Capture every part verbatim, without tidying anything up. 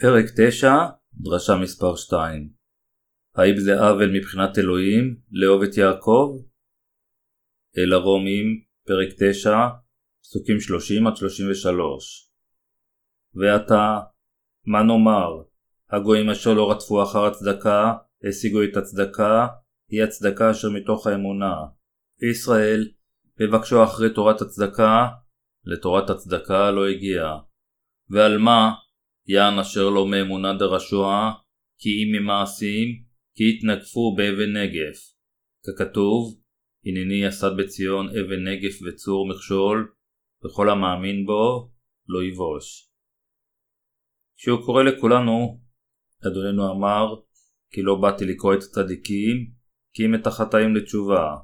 פרק תשע, דרשה מספר שתיים. האם זה עוול מבחינת אלוהים לאהוב את יעקב? אל הרומים, פרק תשע, פסוקים שלושים עד שלושים ושלוש. ועתה, מה נאמר? הגויים אשר לא רדפו אחר הצדקה, השיגו את הצדקה, היא הצדקה אשר מתוך האמונה. ישראל, בבקשו אחרי תורת הצדקה, לתורת הצדקה לא הגיע. ועל מה? יען אשר לא מאמונה דרשוע, כי אם ממעשים, כי התנגפו באבן נגף. ככתוב, הנני יסד בציון אבן נגף וצור מכשול, וכל המאמין בו לא יבוש. כשהוא קורא לכולנו, אדוננו אמר, כי לא באתי לקרוא את הצדיקים, כי אם את החטאים לתשובה.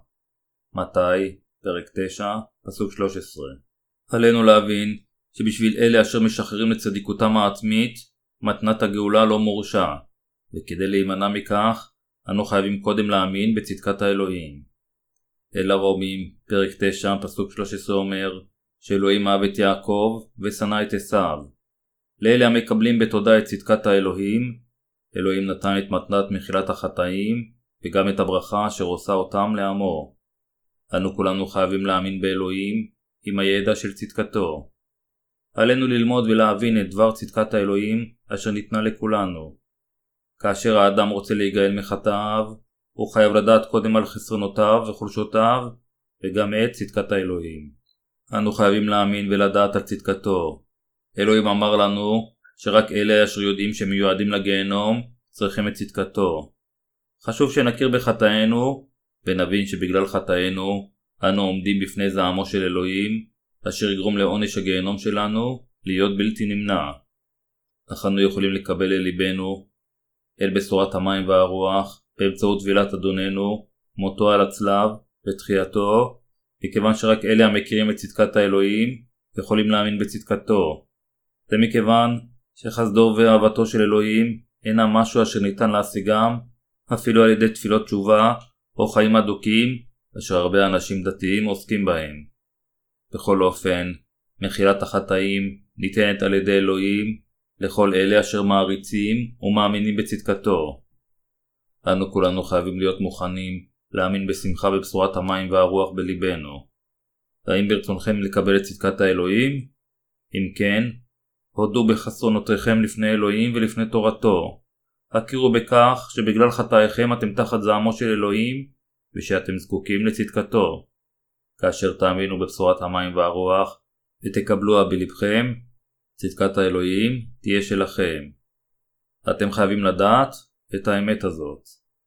מתי? פרק תשע, פסוק שלוש עשרה. עלינו להבין, שבשביל אלה אשר משחררים לצדיקותם העצמית, מתנת הגאולה לא מורשה, וכדי להימנע מכך, אנו חייבים קודם להאמין בצדקת האלוהים. אל הרומים, פרק תשע, פסוק שלוש עשרה אומר, שאלוהים אהב את יעקב ושנא את עשיו. לאלה המקבלים בתודה את צדקת האלוהים, אלוהים נתן את מתנת מחילת החטאים, וגם את הברכה אשר עושה אותם לעמו. אנו כולנו חייבים להאמין באלוהים, עם הידע של צדקתו. עלינו ללמוד ולהבין את דבר צדקת האלוהים אשר ניתנה לכולנו. כאשר האדם רוצה להיגאל מחטאיו, הוא חייב לדעת קודם על חסרונותיו וחולשותיו, וגם את צדקת האלוהים. אנו חייבים להאמין ולדעת על צדקתו. אלוהים אמר לנו שרק אלה אשר יודעים שמיועדים לגיהנום צריכים את צדקתו. חשוב שנכיר בחטאינו ונבין שבגלל חטאינו אנו עומדים בפני זעמו של אלוהים, אשר יגרום לעונש הגיהנום שלנו להיות בלתי נמנע. אך אנו יכולים לקבל אל ליבנו, אל בשורת המים והרוח, באמצעות טבילת אדוננו, מותו על הצלב ותחייתו, מכיוון שרק אלה המכירים את צדקת האלוהים יכולים להאמין בצדקתו. זה מכיוון שחסדו ואהבתו של אלוהים אינה משהו אשר ניתן להשיגם, אפילו על ידי תפילות תשובה או חיים אדוקים, אשר הרבה אנשים דתיים עוסקים בהם. בכל אופן, מחילת החטאים ניתנת על ידי אלוהים לכל אלה אשר מעריצים ומאמינים בצדקתו. אנו כולנו חייבים להיות מוכנים להאמין בשמחה בבשורת המים והרוח בליבנו. האם ברצונכם לקבל את צדקת האלוהים? אם כן, הודו בחסרונותיכם לפני אלוהים ולפני תורתו. הכירו בכך שבגלל חטאיכם אתם תחת זעמו של אלוהים ושאתם זקוקים לצדקתו. כאשר תאמינו בבשורת המים והרוח ותקבלוה בלבכם, צדקת האלוהים תהיה שלכם. אתם חייבים לדעת את האמת הזאת.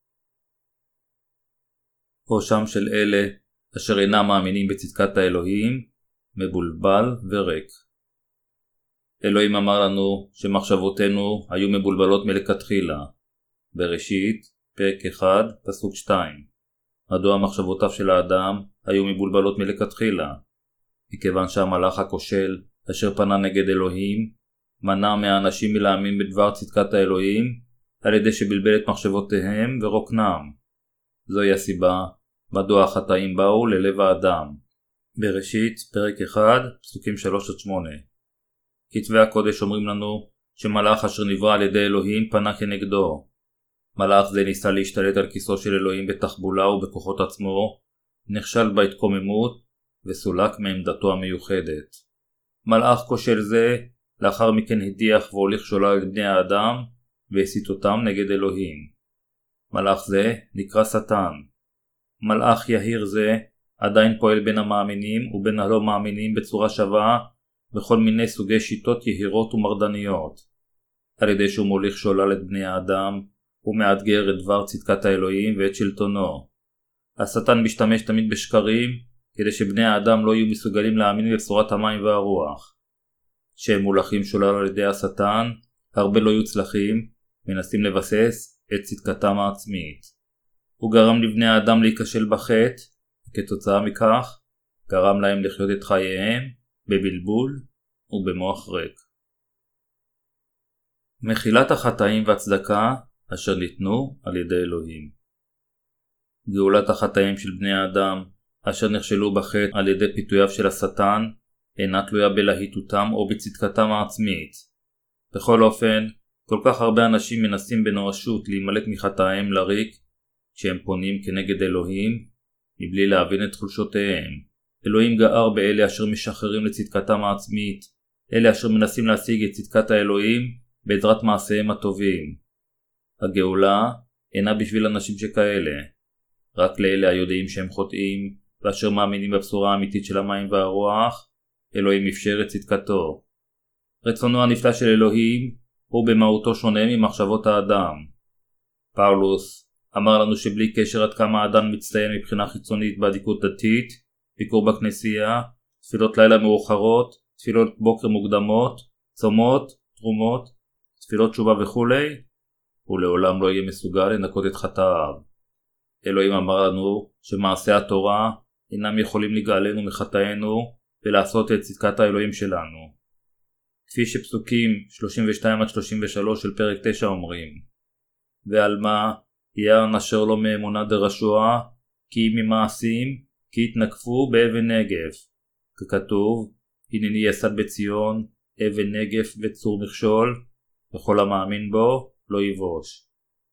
ראשם של אלה אשר אינם מאמינים בצדקת האלוהים מבולבל וריק. אלוהים אמר לנו שמחשבותינו היו מבולבלות מלכתחילה. בראשית, פרק אחד, פסוק שתיים. מדוע מחשבותיו של האדם היו מבולבלות מלכתחילה? מכיוון שהמלאך הכושל אשר פנה נגד אלוהים מנע מהאנשים מלהאמין בדבר צדקת האלוהים על ידי שבלבל את מחשבותיהם ורוקנם. זוהי הסיבה מדוע החטאים באו ללב האדם. בראשית, פרק אחד, פסוקים שלוש עד שמונה. כתבי הקודש אומרים לנו שמלאך אשר נברא על ידי אלוהים פנה כנגדו. מלאך זה ניסה להשתלט על כיסו של אלוהים בתחבולה ובכוחות עצמו, נכשל בהתקוממות וסולק מעמדתו המיוחדת. מלאך כושל זה לאחר מכן הדיח והוליך שולל את בני האדם והסית אותם נגד אלוהים. מלאך זה נקרא שטן. מלאך יהיר זה עדיין פועל בין המאמינים ובין הלא מאמינים בצורה שווה בכל מיני סוגי שיטות יהירות ומרדניות. על ידי שהוא מוליך שולל את בני האדם, הוא מאתגר את דבר צדקת האלוהים ואת שלטונו. השטן משתמש תמיד בשקרים, כדי שבני האדם לא יהיו מסוגלים להאמין בבשורת המים והרוח. כשהם מולכים שולל על ידי השטן, הרבה לא יוצלחים, מנסים לבסס את צדקתם העצמית. הוא גרם לבני האדם להיכשל בחטא, וכתוצאה מכך, גרם להם לחיות את חייהם בבלבול ובמוח ריק. מחילת החטאים והצדקה אשר ניתנו על ידי אלוהים. גאולת החטאים של בני האדם אשר נכשלו בחטא על ידי פיתוייו של השטן אינה תלויה בלהיטותם או בצדקתם העצמית. בכל אופן, כל כך הרבה אנשים מנסים בנואשות להימלט מחטאיהם לריק כשהם פונים כנגד אלוהים מבלי להבין את חולשותיהם. אלוהים גער באלה אשר משחררים לצדקתם העצמית, אלה אשר מנסים להשיג את צדקת האלוהים בעזרת מעשיהם הטובים. הגאולה אינה בשביל אנשים שכאלה, רק לאלה היודעים שהם חוטאים ואשר מאמינים בבשורה האמיתית של המים והרוח, אלוהים אפשר את צדקתו. רצונו הנפלא של אלוהים הוא במהותו שונה ממחשבות האדם. פאולוס אמר לנו שבלי קשר עד כמה האדם מצטיין מבחינה חיצונית באדיקות דתית, ביקור בכנסייה, תפילות לילה מאוחרות, תפילות בוקר מוקדמות, צומות, תרומות, תפילות תשובה וכו', הוא לעולם לא יהיה מסוגל לנקות את חטאיו. אלוהים אמר לנו שמעשי התורה אינם יכולים לגאלנו מחטאינו ולעשות את צדקת האלוהים שלנו. כפי שפסוקים שלושים ושתיים עד שלושים ושלוש של פרק תשע אומרים, ועל מה יען אשר לא מאמונה דרשוע, כי ממעשים, כי התנקפו באבן נגף. ככתוב, הנני יסד בציון, אבן נגף וצור מכשול, וכל המאמין בו לא יבוש.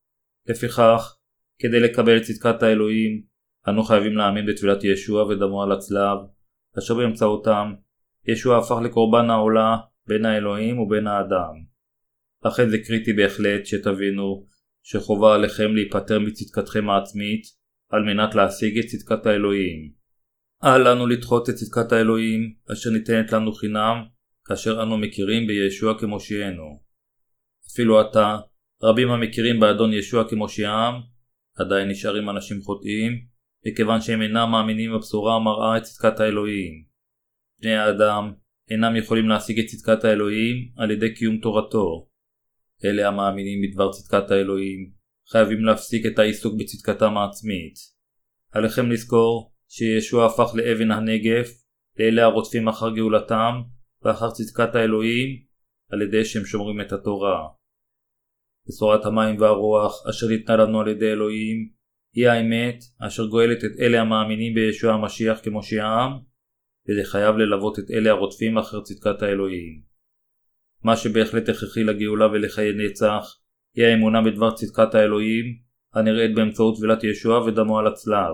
לפיכך, כדי לקבל את צדקת האלוהים, אנו חייבים להאמין בתפילת ישוע ודמו על הצלב, אשר באמצעותם, ישוע הפך לקורבן העולה בין האלוהים ובין האדם. לכן זה קריטי בהחלט שתבינו שחובה עליכם להיפטר מצדקתכם העצמית על מנת להשיג את צדקת האלוהים. אל לנו לדחות את צדקת האלוהים אשר ניתנת לנו חינם כאשר אנו מכירים בישוע כמושיענו. אפילו עתה, רבים המכירים באדון ישוע כמושיעם עדיין נשארים אנשים חוטאים מכיוון שהם אינם מאמינים בבשורה המראה את צדקת האלוהים. בני האדם אינם יכולים להשיג את צדקת האלוהים על ידי קיום תורתו. אלה המאמינים בדבר צדקת האלוהים חייבים להפסיק את העיסוק בצדקתם העצמית. עליכם לזכור שישוע הפך לאבן הנגף לאלה הרודפים אחר גאולתם ואחר צדקת האלוהים על ידי שהם שומרים את התורה. בשורת המים והרוח אשר ניתנה לנו על ידי אלוהים היא האמת אשר גואלת את אלה המאמינים בישוע המשיח כמושיעם, וזה חייב ללוות את אלה הרודפים אחר צדקת האלוהים. מה שבהחלט הכרחי לגאולה ולחיי נצח היא האמונה בדבר צדקת האלוהים הנראית באמצעות טבילת ישוע ודמו על הצלב.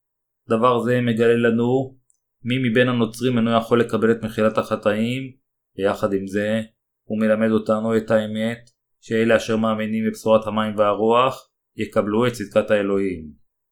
דבר זה מגלה לנו מי מבין הנוצרים אינו יכול לקבל את מחילת החטאים, ויחד עם זה הוא מלמד אותנו את האמת שאלה אשר מאמינים בבשורת המים והרוח יקבלו את צדקת האלוהים.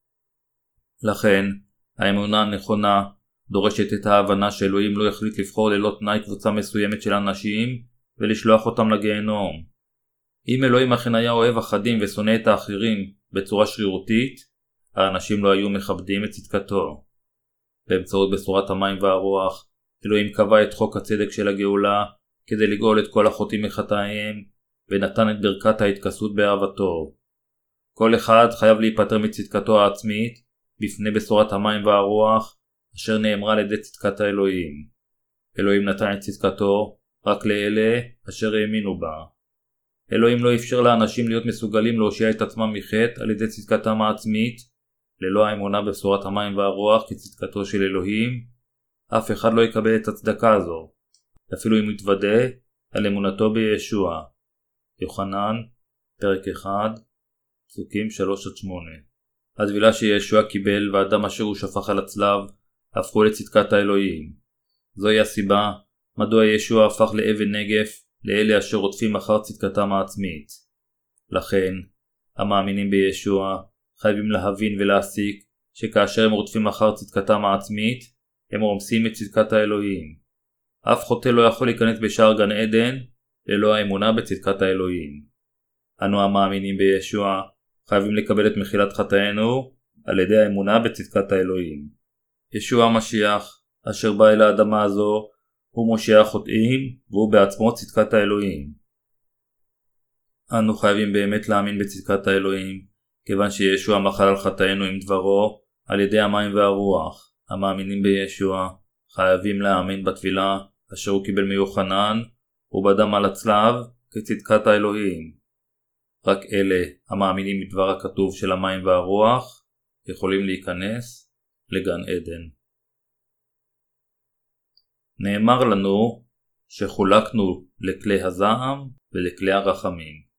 לכן האמונה הנכונה דורשת את ההבנה שאלוהים לא יחליט לבחור ללא תנאי קבוצה מסוימת של אנשים ולשלוח אותם לגיהנום. אם אלוהים אכן היה אוהב אחדים ושונא את האחרים בצורה שרירותית, האנשים לא היו מכבדים את צדקתו. באמצעות בשורת המים והרוח, אלוהים קבע את חוק הצדק של הגאולה כדי לגאול את כל החוטאים מחטאיהם, ונתן את ברכת ההתכסות באהבתו. כל אחד חייב להיפטר מצדקתו העצמית בפני בשורת המים והרוח אשר נאמרה על ידי צדקת האלוהים. אלוהים נתן את צדקתו רק לאלה אשר האמינו בה. אלוהים לא אפשר לאנשים להיות מסוגלים להושיע את עצמם מחטא על ידי צדקתם העצמית, ללא האמונה בבשורת המים והרוח כצדקתו של אלוהים. אף אחד לא יקבל את הצדקה הזו, אפילו אם יתוודה על אמונתו בישוע. יוחנן, פרק אחד, פסוקים שלוש עד שמונה. הטבילה שישוע קיבל והדם אשר הוא שפך על הצלב הפכו לצדקת האלוהים. זוהי הסיבה מדוע ישוע הפך לאבן נגף לאלה אשר רודפים אחר צדקתם העצמית. לכן, המאמינים בישוע חייבים להבין ולהסיק שכאשר הם רודפים אחר צדקתם העצמית, הם רומסים את צדקת האלוהים. אף חוטא לא יכול להיכנס בשער גן עדן ללא האמונה בצדקת האלוהים. אנו המאמינים בישוע חייבים לקבל את מחילת חטאינו על ידי האמונה בצדקת האלוהים. ישוע המשיח אשר בא אל האדמה הזו הוא מושיע חוטאים והוא בעצמו צדקת האלוהים. אנו חייבים באמת להאמין בצדקת האלוהים כיוון שישוע מחל על חטאינו עם דברו על ידי המים והרוח. המאמינים בישוע חייבים להאמין בתפילה אשר הוא קיבל מיוחנן ובדם על הצלב כצדקת האלוהים. רק אלה המאמינים בדבר הכתוב של המים והרוח יכולים להיכנס לגן עדן. נאמר לנו שחולקנו לכלי הזעם ולכלי הרחמים.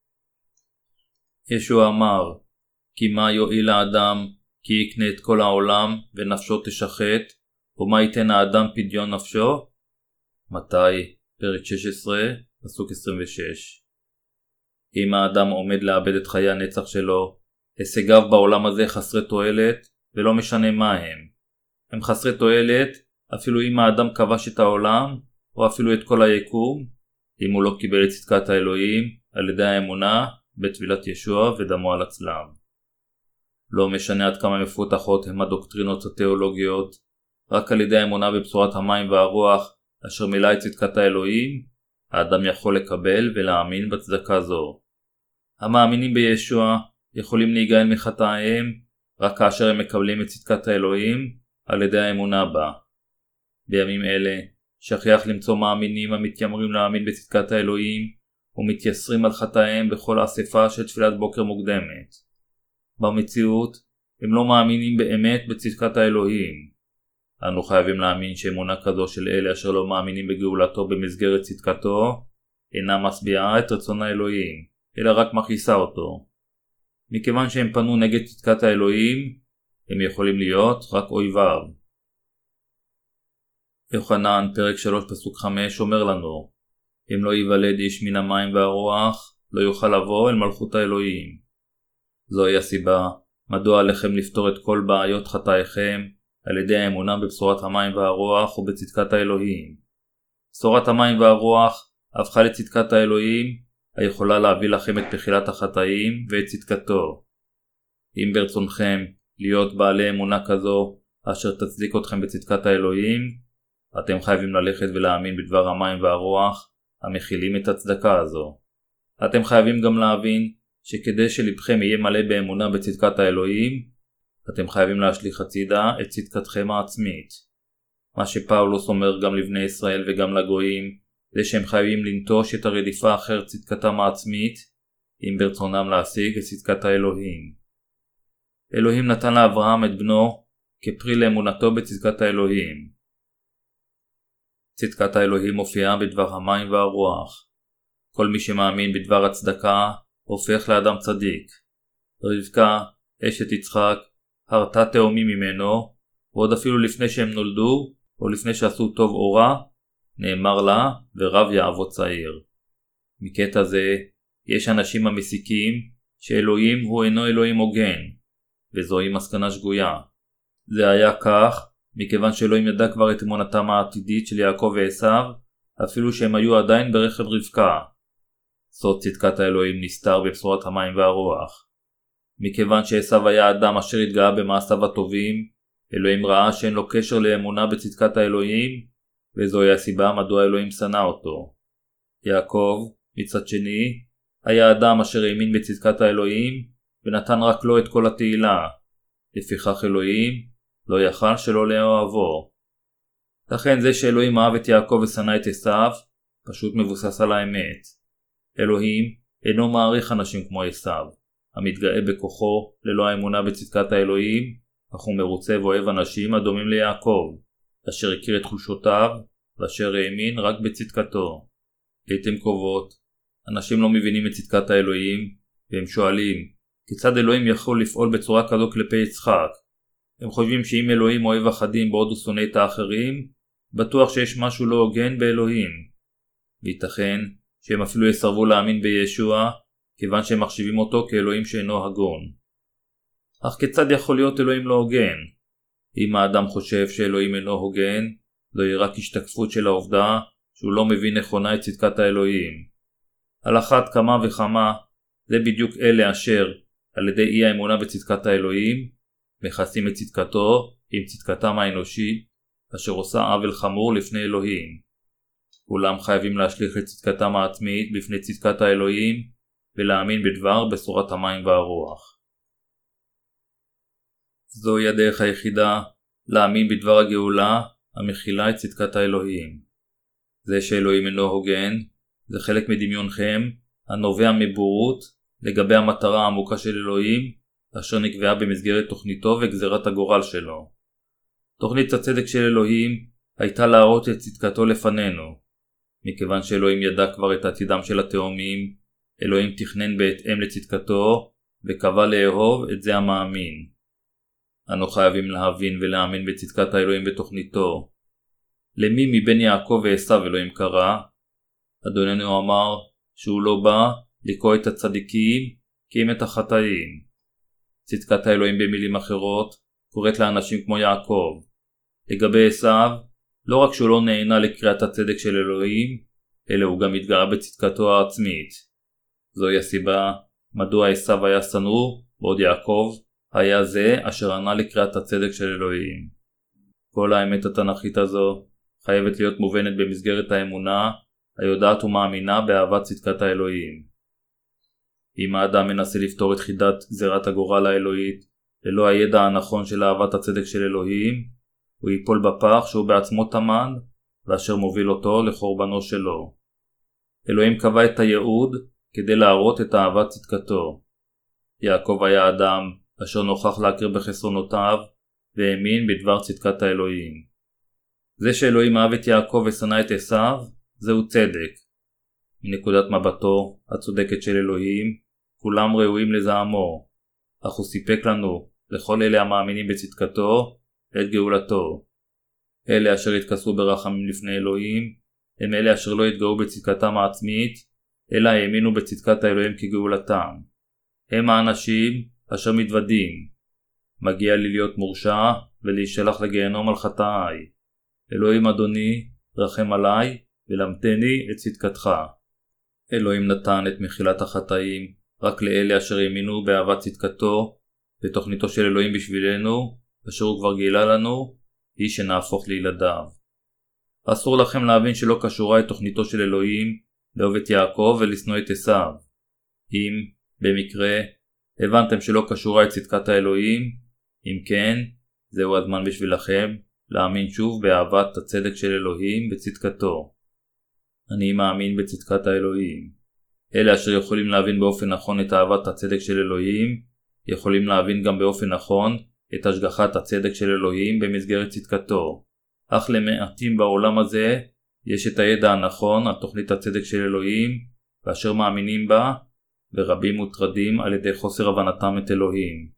ישוע אמר, כי מה יועיל האדם כי יקנה את כל העולם ונפשו תשחט, ומה ייתן האדם פדיון נפשו? מתי, פרק שש עשרה, פסוק עשרים ושש. אם האדם עומד לאבד את חיי הנצח שלו, הישגיו בעולם הזה חסרי תועלת, ולא משנה מה הם. הם חסרי תועלת אפילו אם האדם כבש את העולם, או אפילו את כל היקום, אם הוא לא קיבל את צדקת האלוהים על ידי האמונה בטבילת ישוע ודמו על הצלב. לא משנה עד כמה מפותחות הם הדוקטרינות התיאולוגיות, רק על ידי האמונה בבשורת המים והרוח אשר מילא את צדקת האלוהים, האדם יכול לקבל ולהאמין בצדקה זו. המאמינים בישוע יכולים להיגאל מחטאיהם רק כאשר הם מקבלים את צדקת האלוהים על ידי האמונה בה. בימים אלה שכיח למצוא מאמינים המתיימרים להאמין בצדקת האלוהים ומתייסרים על חטאיהם בכל האספה של תפילת בוקר מוקדמת. במציאות הם לא מאמינים באמת בצדקת האלוהים. אנו חייבים להאמין שאמונה כזו של אלה אשר לא מאמינים בגאולתו במסגרת צדקתו אינה משביעה את רצון האלוהים, אלא רק מכעיסה אותו. מכיוון שהם פנו נגד צדקת האלוהים, הם יכולים להיות רק אויביו. יוחנן פרק שלוש פסוק חמש אומר לנו, אם לא ייוולד איש מן המים והרוח, לא יוכל לבוא אל מלכות האלוהים. זוהי הסיבה מדוע עליכם לפתור את כל בעיות חטאיכם על ידי האמונה בבשורת המים והרוח ובצדקת האלוהים. בשורת המים והרוח הפכה לצדקת האלוהים היכולה להביא לכם את מחילת החטאים ואת צדקתו. אם ברצונכם להיות בעלי אמונה כזו אשר תצדיק אתכם בצדקת האלוהים, אתם חייבים ללכת ולהאמין בדבר המים והרוח המכילים את הצדקה הזו. אתם חייבים גם להבין שכדי שלבכם יהיה מלא באמונה בצדקת האלוהים, אתם חייבים להשליך הצידה את צדקתכם העצמית. מה שפאולוס אומר גם לבני ישראל וגם לגויים, זה שהם חייבים לנטוש את הרדיפה אחר צדקתם העצמית, אם ברצונם להשיג את צדקת האלוהים. אלוהים נתן לאברהם את בנו כפרי לאמונתו בצדקת האלוהים. צדקת האלוהים מופיעה בדבר המים והרוח. כל מי שמאמין בדבר הצדקה הופך לאדם צדיק. רבקה, אשת יצחק, הרתה תאומים ממנו, ועוד אפילו לפני שהם נולדו, או לפני שעשו טוב או רע, נאמר לה, ורב יעבוד צעיר. מקטע זה, יש אנשים המסיקים שאלוהים הוא אינו אלוהים הוגן, וזוהי מסקנה שגויה. זה היה כך, מכיוון שאלוהים ידע כבר את אמונתם העתידית של יעקב ועשיו, אפילו שהם היו עדיין ברחם רבקה. סוד צדקת האלוהים נסתר בבשורת המים והרוח. מכיוון שעשיו היה אדם אשר התגאה במעשיו הטובים, אלוהים ראה שאין לו קשר לאמונה בצדקת האלוהים, וזוהי הסיבה מדוע אלוהים שנא אותו. יעקב, מצד שני, היה אדם אשר האמין בצדקת האלוהים, ונתן רק לו את כל התהילה. לפיכך אלוהים לא יכל שלא לאוהבו. לכן זה שאלוהים אהב את יעקב ושנא את עשיו, פשוט מבוסס על האמת. אלוהים אינו מעריך אנשים כמו עשיו, המתגאה בכוחו ללא האמונה בצדקת האלוהים, אך הוא מרוצה ואוהב אנשים הדומים ליעקב, אשר הכיר את חולשותיו ואשר האמין רק בצדקתו. לעתים קרובות, אנשים לא מבינים את צדקת האלוהים, והם שואלים, כיצד אלוהים יכול לפעול בצורה כזו כלפי יצחק? הם חושבים שאם אלוהים אוהב אחדים בעוד הוא שונא את האחרים, בטוח שיש משהו לא הוגן באלוהים. וייתכן שהם אפילו יסרבו להאמין בישוע, כיוון שהם מחשיבים אותו כאלוהים שאינו הגון. אך כיצד יכול להיות אלוהים לא הוגן? אם האדם חושב שאלוהים אינו הוגן, זוהי רק השתקפות של העובדה שהוא לא מבין נכונה את צדקת האלוהים. על אחת כמה וכמה, זה בדיוק אלה אשר, על ידי אי האמונה בצדקת האלוהים, מכסים את צדקתו עם צדקתם האנושית, אשר עושה עוול חמור לפני אלוהים. כולם חייבים להשליך את צדקתם העצמית בפני צדקת האלוהים, ולהאמין בדבר בשורת המים והרוח. זוהי הדרך היחידה להאמין בדבר הגאולה המכילה את צדקת האלוהים. זה שאלוהים אינו הוגן, זה חלק מדמיונכם הנובע מבורות לגבי המטרה העמוקה של אלוהים, אשר נקבעה במסגרת תוכניתו וגזירת הגורל שלו. תוכנית הצדק של אלוהים הייתה להראות את צדקתו לפנינו. מכיוון שאלוהים ידע כבר את עתידם של התאומים, אלוהים תכנן בהתאם לצדקתו וקבע לאהוב את זה המאמין. אנו חייבים להבין ולהאמין בצדקת האלוהים בתוכניתו. למי מבין יעקב ועשיו אלוהים קרא? אדוננו אמר שהוא לא בא לקרוא את הצדיקים כי אם את החטאים. צדקת האלוהים במילים אחרות קוראת לאנשים כמו יעקב. לגבי עשיו, לא רק שהוא לא נהנה לקריאת הצדק של אלוהים, אלא הוא גם התגאה בצדקתו העצמית. זוהי הסיבה מדוע עשיו היה שנוא, בעוד יעקב היה זה אשר ענה לקריאת הצדק של אלוהים. כל האמת התנ"כית הזו חייבת להיות מובנת במסגרת האמונה, היודעת ומאמינה באהבת צדקת האלוהים. אם האדם מנסה לפתור את חידת גזירת הגורל האלוהית ללא הידע הנכון של אהבת הצדק של אלוהים, הוא ייפול בפח שהוא בעצמו טמן ואשר מוביל אותו לחורבנו שלו. אלוהים קבע את הייעוד כדי להראות את אהבת צדקתו. יעקב היה אדם אשר נוכח להכיר בחסרונותיו והאמין בדבר צדקת האלוהים. זה שאלוהים אהב את יעקב ושנא את עשיו, זהו צדק. מנקודת מבטו הצודקת של אלוהים, כולם ראויים לזעמו, אך הוא סיפק לנו, לכל אלה המאמינים בצדקתו, את גאולתו. אלה אשר התכסו ברחמים לפני אלוהים, הם אלה אשר לא התגאו בצדקתם העצמית, אלא האמינו בצדקת האלוהים כגאולתם. הם האנשים אשר מתוודים. מגיע לי להיות מורשע ולהישלח לגיהנום על חטאי. אלוהים אדוני, רחם עליי ולמתני את צדקתך. אלוהים נתן את מחילת החטאים רק לאלה אשר האמינו באהבת צדקתו, ותוכניתו של אלוהים בשבילנו, אשר הוא כבר גילה לנו, היא שנהפוך לילדיו. אסור לכם להבין שלא קשורה את תוכניתו של אלוהים לאהוב את יעקב ולשנוא את עשיו. אם, במקרה, הבנתם שלא קשורה את צדקת האלוהים, אם כן, זהו הזמן בשבילכם להאמין שוב באהבת הצדק של אלוהים בצדקתו. אני מאמין בצדקת האלוהים. אלה אשר יכולים להבין באופן נכון את אהבת הצדק של אלוהים, יכולים להבין גם באופן נכון את השגחת הצדק של אלוהים במסגרת צדקתו. אך למעטים בעולם הזה יש את הידע הנכון על תוכנית הצדק של אלוהים, ואשר מאמינים בה, ורבים מוטרדים על ידי חוסר הבנתם את אלוהים.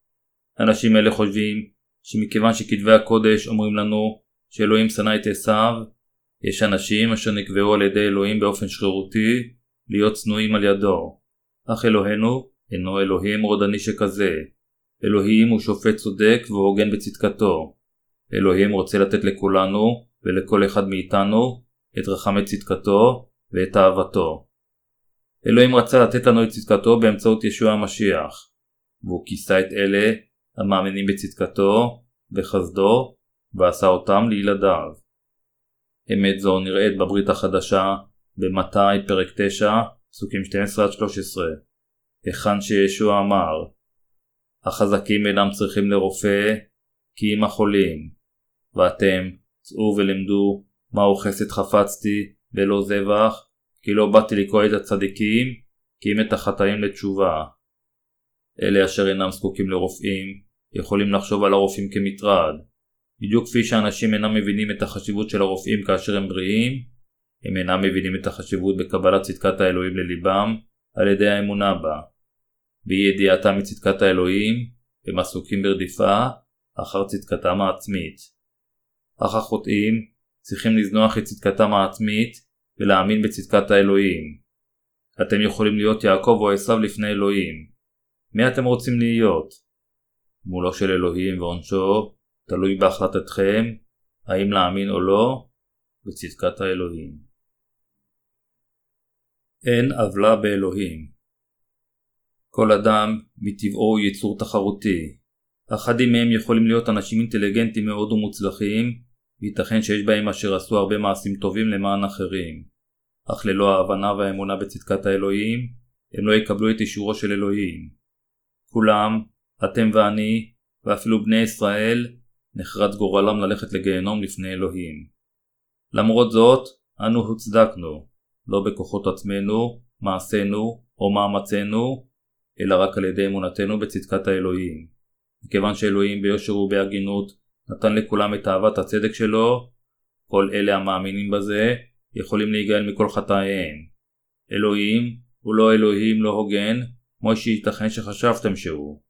אנשים אלה חושבים שמכיוון שכתבי הקודש אומרים לנו שאלוהים שנא את עשיו, יש אנשים אשר נקבעו על ידי אלוהים באופן שרירותי להיות צנועים על ידו. אך אלוהינו אינו אלוהים רודני שכזה. אלוהים הוא שופט צודק והוגן בצדקתו. אלוהים רוצה לתת לכולנו ולכל אחד מאיתנו את רחמי צדקתו ואת אהבתו. אלוהים רצה לתת לנו את צדקתו באמצעות ישוע המשיח, והוא כיסה את אלה המאמינים בצדקתו בחסדו ועשה אותם לילדיו. אמת זו נראית בברית החדשה במתי פרק תשע פסוקים שתים עשרה עד שלוש עשרה, היכן שישוע אמר, החזקים אינם צריכים לרופא כי אם החולים, ואתם צאו ולמדו מהו חסד חפצתי ולא זבח, כי לא באתי לקרוא את הצדיקים כי אם את החטאים לתשובה. אלה אשר אינם זקוקים לרופאים יכולים לחשוב על הרופאים כמטרד. בדיוק כפי שאנשים אינם מבינים את החשיבות של הרופאים כאשר הם בריאים, הם אינם מבינים את החשיבות בקבלת צדקת האלוהים לליבם על ידי האמונה בה. באי ידיעתם מצדקת האלוהים, הם עסוקים ברדיפה אחר צדקתם העצמית. אך החוטאים צריכים לזנוח את צדקתם העצמית ולהאמין בצדקת האלוהים. אתם יכולים להיות יעקב או עשיו לפני אלוהים. מי אתם רוצים להיות? מולו של אלוהים ועונשו תלוי בהחלטתכם האם להאמין או לא בצדקת האלוהים. אין עוולה באלוהים. כל אדם מטבעו הוא יצור תחרותי. אחדים מהם יכולים להיות אנשים אינטליגנטים מאוד ומוצלחים, וייתכן שיש בהם אשר עשו הרבה מעשים טובים למען אחרים. אך ללא ההבנה והאמונה בצדקת האלוהים, הם לא יקבלו את אישורו של אלוהים. כולם, אתם ואני, ואפילו בני ישראל, נחרץ גורלם ללכת לגיהנום לפני אלוהים. למרות זאת, אנו הוצדקנו, לא בכוחות עצמנו, מעשינו או מאמצינו, אלא רק על ידי אמונתנו בצדקת האלוהים. מכיוון שאלוהים ביושר ובהגינות נתן לכולם את אהבת הצדק שלו, כל אלה המאמינים בזה יכולים להיגאל מכל חטאיהם. אלוהים הוא לא אלוהים לא הוגן, כמו שייתכן שחשבתם שהוא.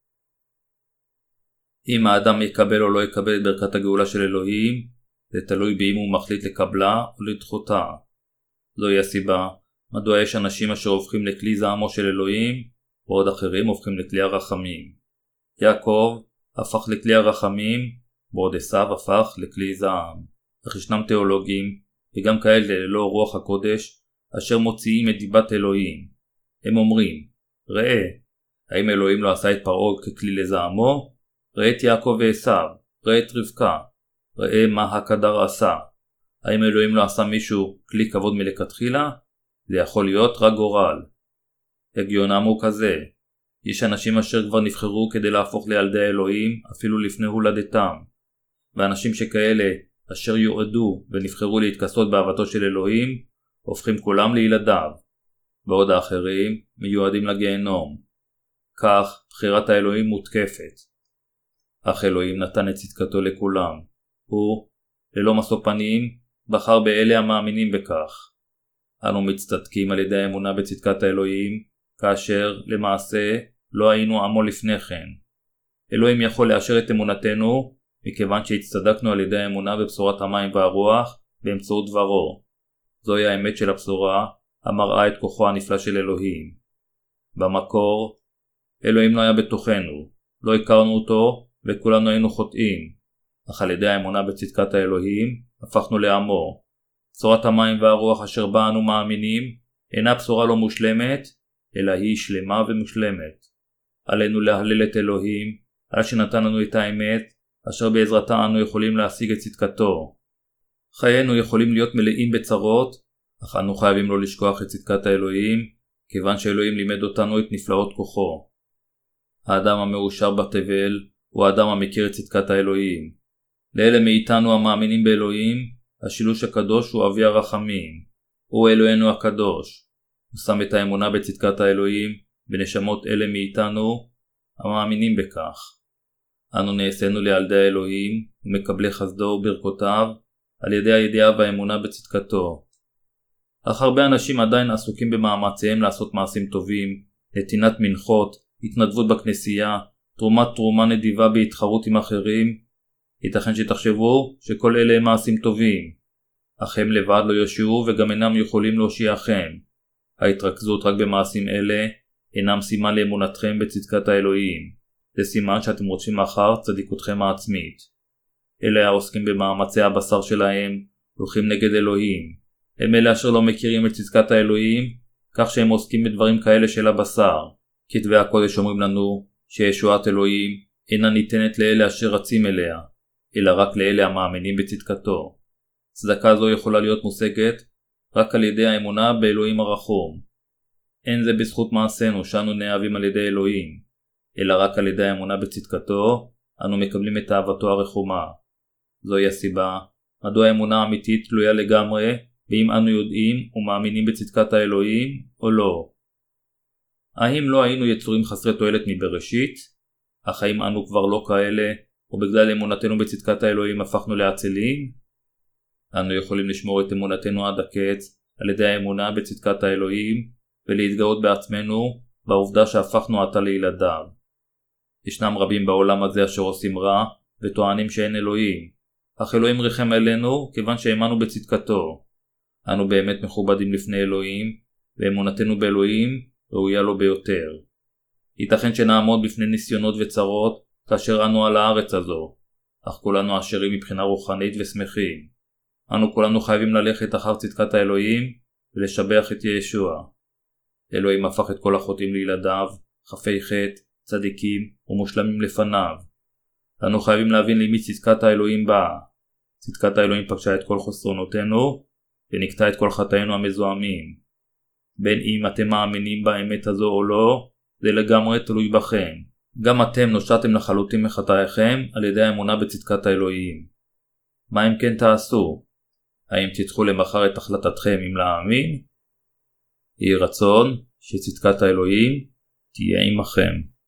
אם האדם יקבל או לא יקבל את ברכת הגאולה של אלוהים, זה תלוי באם הוא מחליט לקבלה או לדחותה. זוהי הסיבה מדוע יש אנשים אשר הופכים לכלי זעמו של אלוהים, ועוד אחרים הופכים לכלי הרחמים. יעקב הפך לכלי הרחמים, בעוד עשיו הפך לכלי זעם. אך ישנם תיאולוגים, וגם כאלה ללא רוח הקודש, אשר מוציאים את דיבת אלוהים. הם אומרים, ראה, האם אלוהים לא עשה את פרעה ככלי לזעמו? ראה את יעקב ועשיו, ראה את רבקה, ראה מה הקדר עשה. האם אלוהים לא עשה מישהו כלי כבוד מלכתחילה? זה יכול להיות רק גורל. הגיונם הוא כזה, יש אנשים אשר כבר נבחרו כדי להפוך לילדי האלוהים אפילו לפני הולדתם, ואנשים שכאלה אשר יועדו ונבחרו להתכסות באהבתו של אלוהים, הופכים כולם לילדיו, בעוד האחרים מיועדים לגיהנום. כך בחירת האלוהים מותקפת. אך אלוהים נתן את צדקתו לכולם. הוא, ללא משוא פנים, בחר באלה המאמינים בכך. אנו מצטדקים על ידי האמונה בצדקת האלוהים, כאשר למעשה לא היינו עמו לפני כן. אלוהים יכול לאשר את אמונתנו, מכיוון שהצטדקנו על ידי האמונה בבשורת המים והרוח באמצעות דברו. זוהי האמת של הבשורה, המראה את כוחו הנפלא של אלוהים. במקור, אלוהים לא היה בתוכנו, לא הכרנו אותו וכולנו היינו חוטאים, אך על ידי האמונה בצדקת האלוהים הפכנו לעמו. בשורת המים והרוח אשר בה אנו מאמינים אינה בשורה לא מושלמת, אלא היא שלמה ומושלמת. עלינו להלל את אלוהים, על שנתן לנו את האמת, אשר בעזרתה אנו יכולים להשיג את צדקתו. חיינו יכולים להיות מלאים בצרות, אך אנו חייבים לא לשכוח את צדקת האלוהים, כיוון שאלוהים לימד אותנו את נפלאות כוחו. האדם המאושר בתבל הוא האדם המכיר את צדקת האלוהים. לאלה מאיתנו המאמינים באלוהים, השילוש הקדוש הוא אבי הרחמים. הוא אלוהינו הקדוש. הוא שם את האמונה בצדקת האלוהים בנשמות אלה מאיתנו המאמינים בכך. אנו נעשינו לילדי האלוהים ומקבלי חסדו וברכותיו על ידי הידיעה והאמונה בצדקתו. אך הרבה אנשים עדיין עסוקים במאמציהם לעשות מעשים טובים, נתינת מנחות, התנדבות בכנסייה, תרומת תרומה נדיבה בהתחרות עם אחרים. ייתכן שתחשבו שכל אלה הם מעשים טובים, אך הם לבד לא יושיעו וגם אינם יכולים להושיעכם. ההתרכזות רק במעשים אלה אינם סימן לאמונתכם בצדקת האלוהים. זה סימן שאתם רוצים אחר צדיקותכם העצמית. אלה העוסקים במאמצי הבשר שלהם הולכים נגד אלוהים. הם אלה אשר לא מכירים את צדקת האלוהים, כך שהם עוסקים בדברים כאלה של הבשר. כתבי הקודש אומרים לנו שישועת אלוהים אינה ניתנת לאלה אשר רצים אליה, אלא רק לאלה המאמינים בצדקתו. צדקה זו יכולה להיות מושגת רק על ידי האמונה באלוהים הרחום. אין זה בזכות מעשינו שאנו נאהבים על ידי אלוהים, אלא רק על ידי האמונה בצדקתו אנו מקבלים את אהבתו הרחומה. זוהי הסיבה מדוע האמונה האמיתית תלויה לגמרי באם אנו יודעים ומאמינים בצדקת האלוהים או לא. האם לא היינו יצורים חסרי תועלת מבראשית? אך האם אנו כבר לא כאלה, או בגלל אמונתנו בצדקת האלוהים הפכנו לעצלים? אנו יכולים לשמור את אמונתנו עד הקץ על ידי האמונה בצדקת האלוהים ולהתגאות בעצמנו בעובדה שהפכנו עתה לילדיו. ישנם רבים בעולם הזה אשר עושים רע וטוענים שאין אלוהים, אך אלוהים ריחם עלינו כיוון שהאמנו בצדקתו. אנו באמת מכובדים לפני אלוהים, ואמונתנו באלוהים ראויה לו ביותר. ייתכן שנעמוד בפני ניסיונות וצרות כאשר אנו על הארץ הזו, אך כולנו עשירים מבחינה רוחנית ושמחים. אנו כולנו חייבים ללכת אחר צדקת האלוהים ולשבח את ישוע. אלוהים הפך את כל החוטאים לילדיו, חפי חטא, צדיקים ומושלמים לפניו. אנו חייבים להבין למי צדקת האלוהים באה. צדקת האלוהים פגשה את כל חסרונותינו ונקטה את כל חטאינו המזוהמים. בין אם אתם מאמינים באמת הזו או לא, זה לגמרי תלוי בכם. גם אתם נושעתם לחלוטין מחטאיכם על ידי האמונה בצדקת האלוהים. מה אם כן תעשו? האם תדחו למחר את החלטתכם אם להאמין? יהי רצון שצדקת האלוהים תהיה עמכם.